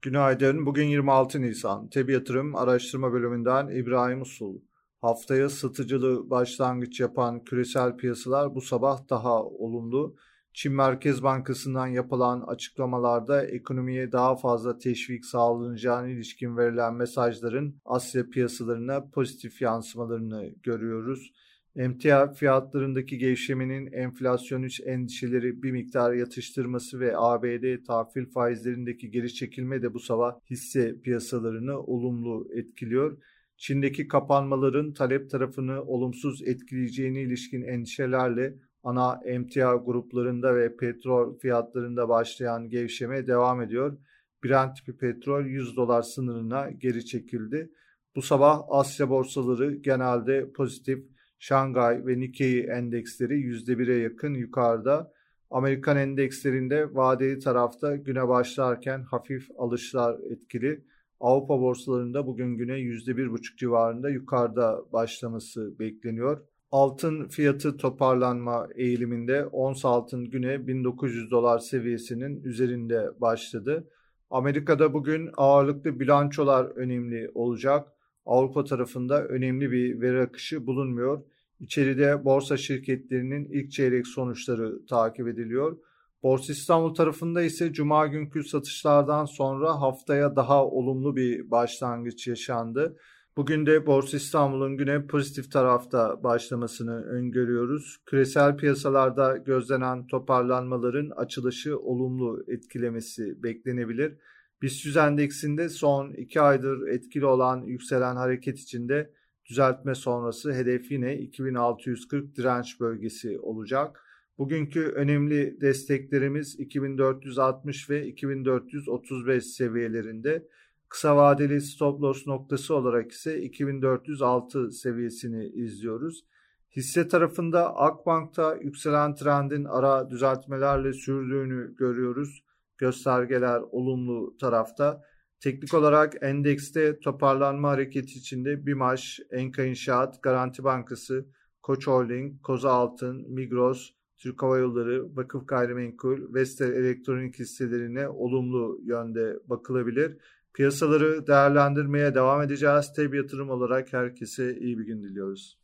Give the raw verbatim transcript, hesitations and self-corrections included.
Günaydın. Bugün yirmi altı Nisan. TEB Yatırım Araştırma Bölümünden İbrahim Usul. Haftaya satıcılı başlangıç yapan küresel piyasalar bu sabah daha olumlu. Çin Merkez Bankası'ndan yapılan açıklamalarda ekonomiye daha fazla teşvik sağlanacağına ilişkin verilen mesajların Asya piyasalarına pozitif yansımalarını görüyoruz. Emtia fiyatlarındaki gevşemenin enflasyon endişeleri bir miktar yatıştırması ve A B D tahvil faizlerindeki geri çekilme de bu sabah hisse piyasalarını olumlu etkiliyor. Çin'deki kapanmaların talep tarafını olumsuz etkileyeceğine ilişkin endişelerle ana emtia gruplarında ve petrol fiyatlarında başlayan gevşeme devam ediyor. Brent tipi petrol yüz dolar sınırına geri çekildi. Bu sabah Asya borsaları genelde pozitif. Şangay ve Nikkei endeksleri yüzde bire yakın yukarıda. Amerikan endekslerinde vadeli tarafta güne başlarken hafif alışlar etkili. Avrupa borsalarında bugün güne yüzde bir buçuk civarında yukarıda başlaması bekleniyor. Altın fiyatı toparlanma eğiliminde ons altın güne bin dokuz yüz dolar seviyesinin üzerinde başladı. Amerika'da bugün ağırlıklı bilançolar önemli olacak. Avrupa tarafında önemli bir veri akışı bulunmuyor. İçeride borsa şirketlerinin ilk çeyrek sonuçları takip ediliyor. Borsa İstanbul tarafında ise Cuma günkü satışlardan sonra haftaya daha olumlu bir başlangıç yaşandı. Bugün de Borsa İstanbul'un güne pozitif tarafta başlamasını öngörüyoruz. Küresel piyasalarda gözlenen toparlanmaların açılışı olumlu etkilemesi beklenebilir. BIST yüz endeksinde son iki aydır etkili olan yükselen hareket içinde düzeltme sonrası hedef yine iki bin altı yüz kırk direnç bölgesi olacak. Bugünkü önemli desteklerimiz iki bin dört yüz altmış ve iki bin dört yüz otuz beş seviyelerinde. Kısa vadeli stop loss noktası olarak ise iki bin dört yüz altı seviyesini izliyoruz. Hisse tarafında Akbank'ta yükselen trendin ara düzeltmelerle sürdüğünü görüyoruz. Göstergeler olumlu tarafta. Teknik olarak endekste toparlanma hareketi içinde BİMAŞ, Enka İnşaat, Garanti Bankası, Koç Holding, Koza Altın, Migros, Türk Hava Yolları, Vakıf Gayrimenkul, Vestel Elektronik hisselerine olumlu yönde bakılabilir. Piyasaları değerlendirmeye devam edeceğiz. TEB Yatırım olarak herkese iyi bir gün diliyoruz.